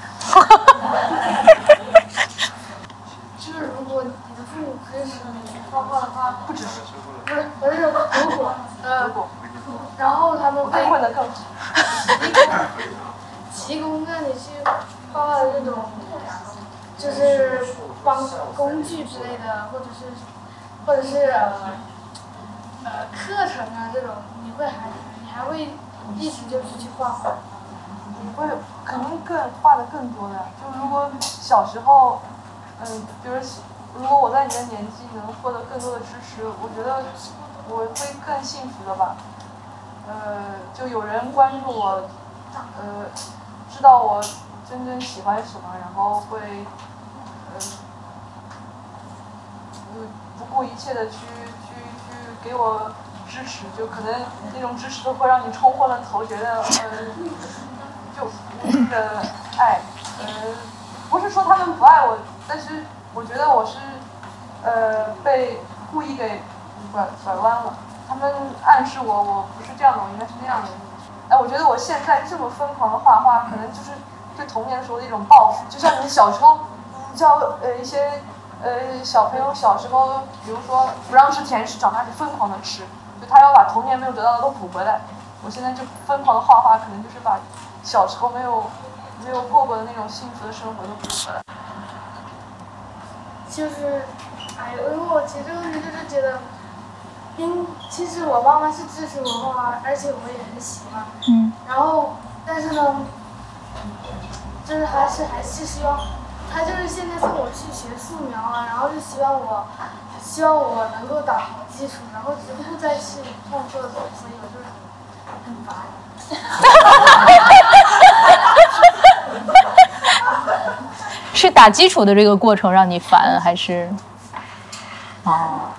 就是如果你的父母支持你画画的话， 不支持。 不是，不是如果，呃，然后他们会混得更提供让你去画画的那种，就是帮工具之类的，或者是，或者是呃呃课程啊这种，你会还你还会一直就是去画画？ 会肯定更画的更多的，就如果小时候，嗯，比如如果我在你的年纪能获得更多的支持，我觉得我会更幸福的吧。呃，就有人关注我，呃，知道我真正喜欢什么，然后会，呃，嗯，不顾一切的去去去给我支持，就可能那种支持都会让你冲昏了头，觉得呃，就无尽的爱，呃，不是说他们不爱我，但是我觉得我是，呃，被故意给拐拐弯了。他们暗示我，我不是这样的，我应该是那样的。哎，我觉得我现在这么疯狂的画画，可能就是对对童年的时候的一种报复，就像你小时候，你像呃一些呃小朋友小时候，比如说不让吃甜食，长大就疯狂的吃，就他要把童年没有得到的都补回来。我现在就疯狂的画画，可能就是把小时候没有没有过过的那种幸福的生活都补回来。 就是，哎，因为我其实这个问题就是觉得，因其实我妈妈是支持我画画，而且我也很喜欢。 嗯。 然后，但是呢，就是还是还是希望，她就是现在送我去学素描啊，然后就希望我，希望我能够打好基础，然后之后再去创作的，所以我就很很烦。 是打基础的这个过程让你烦，还是？哦。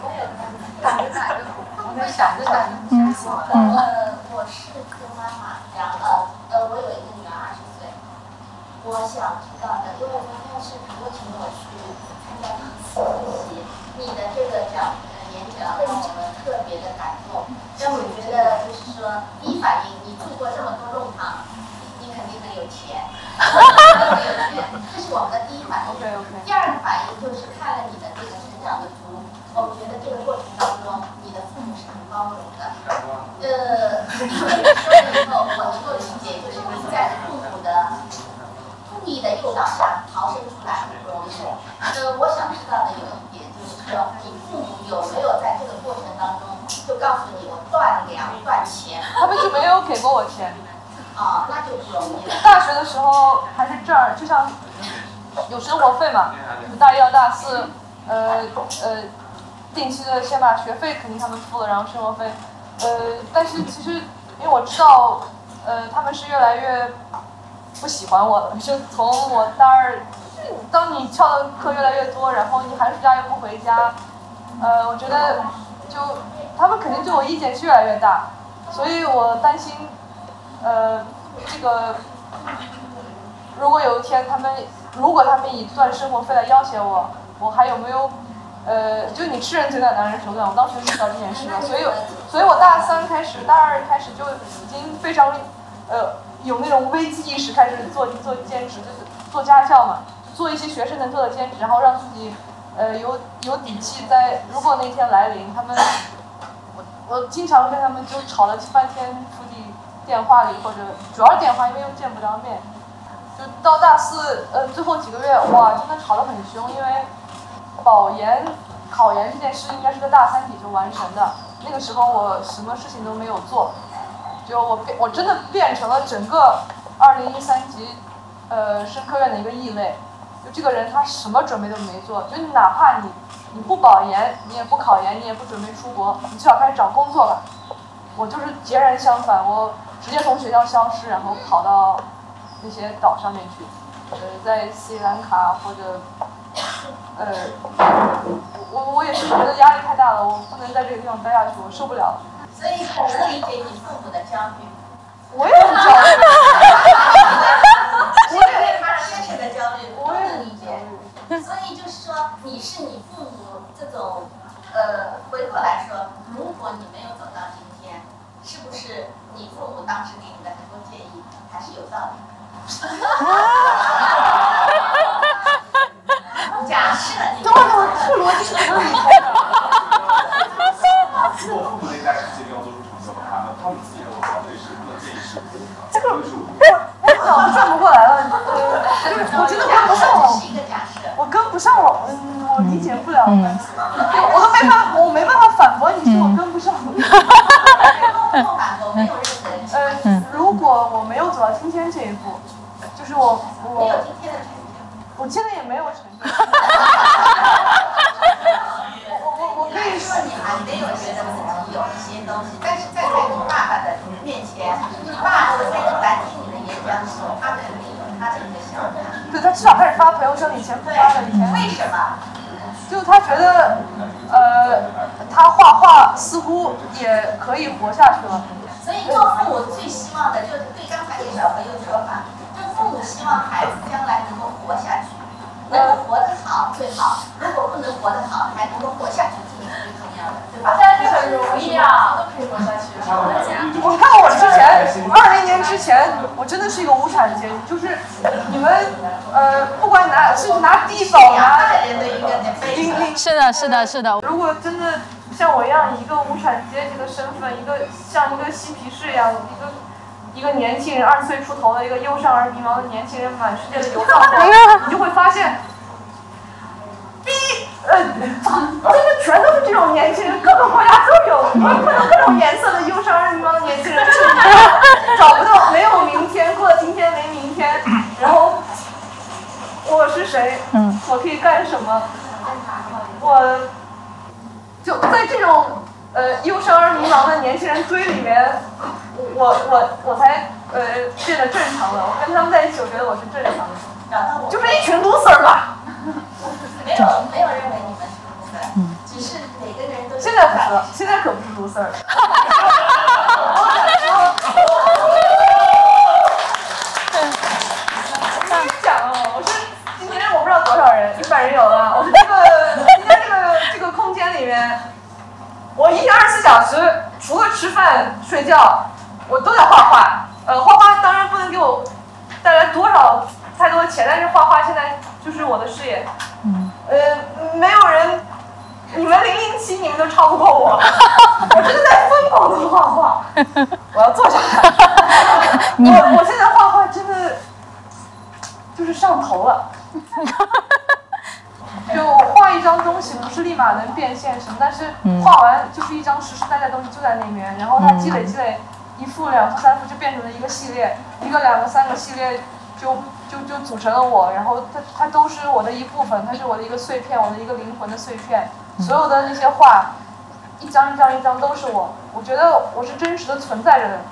我在想着想着。 嗯嗯。 呃，我是跟妈妈，然后呃，我有一个女儿二十岁，我想知道的，因为我昨天视频邀请我去参加第一次复习，你的这个讲呃演讲让我们特别的感动，让我觉得就是说，第一反应，你住过这么多弄堂，你肯定很有钱。这是我们的第一反应。第二个反应就是看了你的这个成长的图，我们觉得这个过程当中，你的父母是很包容的。呃，因为你说了以后，我能够理解，就是你在父母的故意的诱导下逃生出来很不容易。呃，我想知道的有一点就是说，你父母有没有在这个过程当中就告诉你我断粮断钱？ 他们就没有给过我钱。 啊，那就不容易了。 大学的时候还是这儿，就像有生活费嘛，就大一到大四，呃呃，定期的先把学费肯定他们付了，然后生活费，呃，但是其实因为我知道，呃，他们是越来越不喜欢我了，就从我大二，当你翘的课越来越多，然后你寒暑假又不回家，呃，我觉得就他们肯定对我意见是越来越大，所以我担心。呃，这个，如果有一天他们，如果他们以断生活费来要挟我，我还有没有，呃，就你吃人嘴短，拿人手短，我当时就知道这件事了，所以，所以我大三开始，大二开始就已经非常，呃，有那种危机意识，开始做做兼职，就是做家教嘛，做一些学生能做的兼职，然后让自己，呃，有有底气在，如果那天来临，他们，我我经常跟他们就吵了半天伏地。电话里或者主要是电话，因为又见不着面，就到大四呃最后几个月，哇，真的吵得很凶，因为保研、考研这件事应该是在大三底就完成的，那个时候我什么事情都没有做，就我变我真的变成了整个二零一三级呃生科院的一个异类，就这个人他什么准备都没做，就哪怕你你不保研，你也不考研，你也不准备出国，你最好开始找工作了。我就是截然相反，我直接从学校消失，然后跑到那些岛上面去，呃，在斯里兰卡或者，呃，我我也是觉得压力太大了，我不能在这个地方待下去，我受不了了。 所以很能理解你父母的焦虑。 我也很焦虑。 我也对他先生的焦虑，我也能理解。所以就是说，你是你父母这种，呃，回过来说，如果你没有走到今天。是不是你父母当时给你的很多建议还是有道理？假设你对我这逻辑是可以的。 如果父母那一代是决定要做出成就的话，那他们自己的团队是他们建议是这个我我脑子转不过来了，我觉得跟不上我，我跟不上我，嗯，我理解不了， 嗯、 我都没法，我没办法反驳你说我跟不上。呃，如果我没有走到今天这一步，就是我我我现在也没有成就。我我我可以说你还没有觉得自己有一些东西，但是站在你爸爸的面前，你爸昨天来听你的演讲的时候，他肯定有他的一个想法。 对，他至少开始发朋友圈，以前不发的，以前。 为什么？ 就他觉得，呃，他画画似乎也可以活下去了。 所以做父母最希望的就是对刚才那小朋友的说法，就父母希望孩子将来能够活下去，能够活得好最好。如果不能活得好，还能够活下去，这个是最重要的，对吧？ 但是很容易啊。 我看我之前，二零年之前，我真的是一个无产阶级，就是你们呃，不管拿是拿低保拿零零， 是的，是的，是的。 如果真的像我一样一个无产阶级的身份，一个像一个嬉皮士一样，一个一个年轻人，二十岁出头的一个忧伤而迷茫的年轻人，满世界的游荡过，你就会发现，第一，呃，真的全都是这种年轻人，各个国家都有，我也碰到各种颜色的忧伤而迷茫的年轻人，找不到，没有明天，过了今天没明天，然后我是谁？ 嗯， 我可以干什么？我就在这种呃忧伤而迷茫的年轻人堆里面，我我我才呃变得正常了。我跟他们在一起，我觉得我是正常的，就是一群 loser 吧。 没有没有认为你们是 loser， 只是每个人都。 现在不是了，现在可不是 loser 了。我跟你讲哦，我是今天我不知道多少人，一百人有了。我是这个今天这个这个空间里面，我一天二十四小时，除了吃饭睡觉，我都在画画。呃，画画当然不能给我带来多少太多的钱，但是画画现在就是我的事业。 嗯。 呃，没有人，你们零零七你们都超不过我，我真的在疯狂的画画。我要坐下来。我我现在画画真的就是上头了。就画一张东西不是立马能变现什么，但是画完就是一张实实在在的东西就在那边，然后它积累积累，一幅两幅三幅就变成了一个系列，一个两个三个系列就就就组成了我，然后它它都是我的一部分，它是我的一个碎片，我的一个灵魂的碎片，所有的那些画，一张一张一张都是我，我觉得我是真实的存在着的。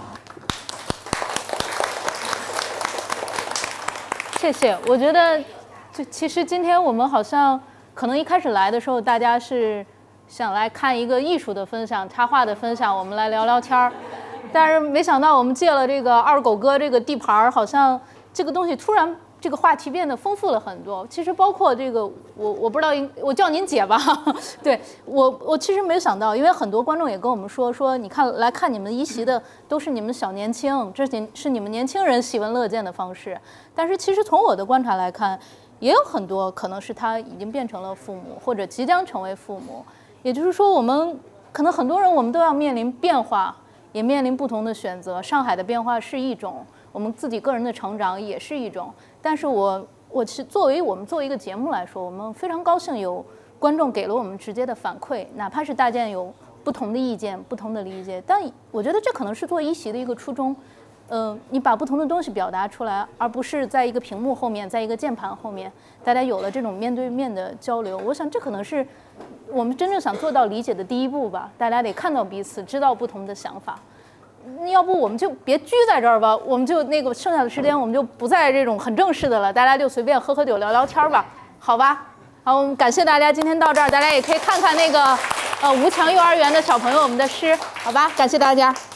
谢谢，我觉得。就其实今天我们好像可能一开始来的时候，大家是想来看一个艺术的分享、插画的分享，我们来聊聊天儿。但是没想到我们借了这个二狗哥这个地盘儿，好像这个东西突然这个话题变得丰富了很多。其实包括这个，我我不知道，我叫您姐吧。对我我其实没有想到，因为很多观众也跟我们说说，你看来看你们一席的都是你们小年轻，这是是你们年轻人喜闻乐见的方式。但是其实从我的观察来看，也有很多可能是他已经变成了父母，或者即将成为父母。也就是说，我们可能很多人我们都要面临变化，也面临不同的选择。上海的变化是一种，我们自己个人的成长也是一种。但是我我是作为我们作为一个节目来说，我们非常高兴有观众给了我们直接的反馈，哪怕是大家有不同的意见、不同的理解，但我觉得这可能是做一席的一个初衷。呃，你把不同的东西表达出来，而不是在一个屏幕后面，在一个键盘后面，大家有了这种面对面的交流。我想这可能是我们真正想做到理解的第一步吧。大家得看到彼此，知道不同的想法。要不我们就别拘在这儿吧，我们就那个剩下的时间我们就不在这种很正式的了，大家就随便喝喝酒聊聊天吧，好吧？好，我们感谢大家今天到这儿，大家也可以看看那个呃吴强幼儿园的小朋友我们的诗，好吧？感谢大家。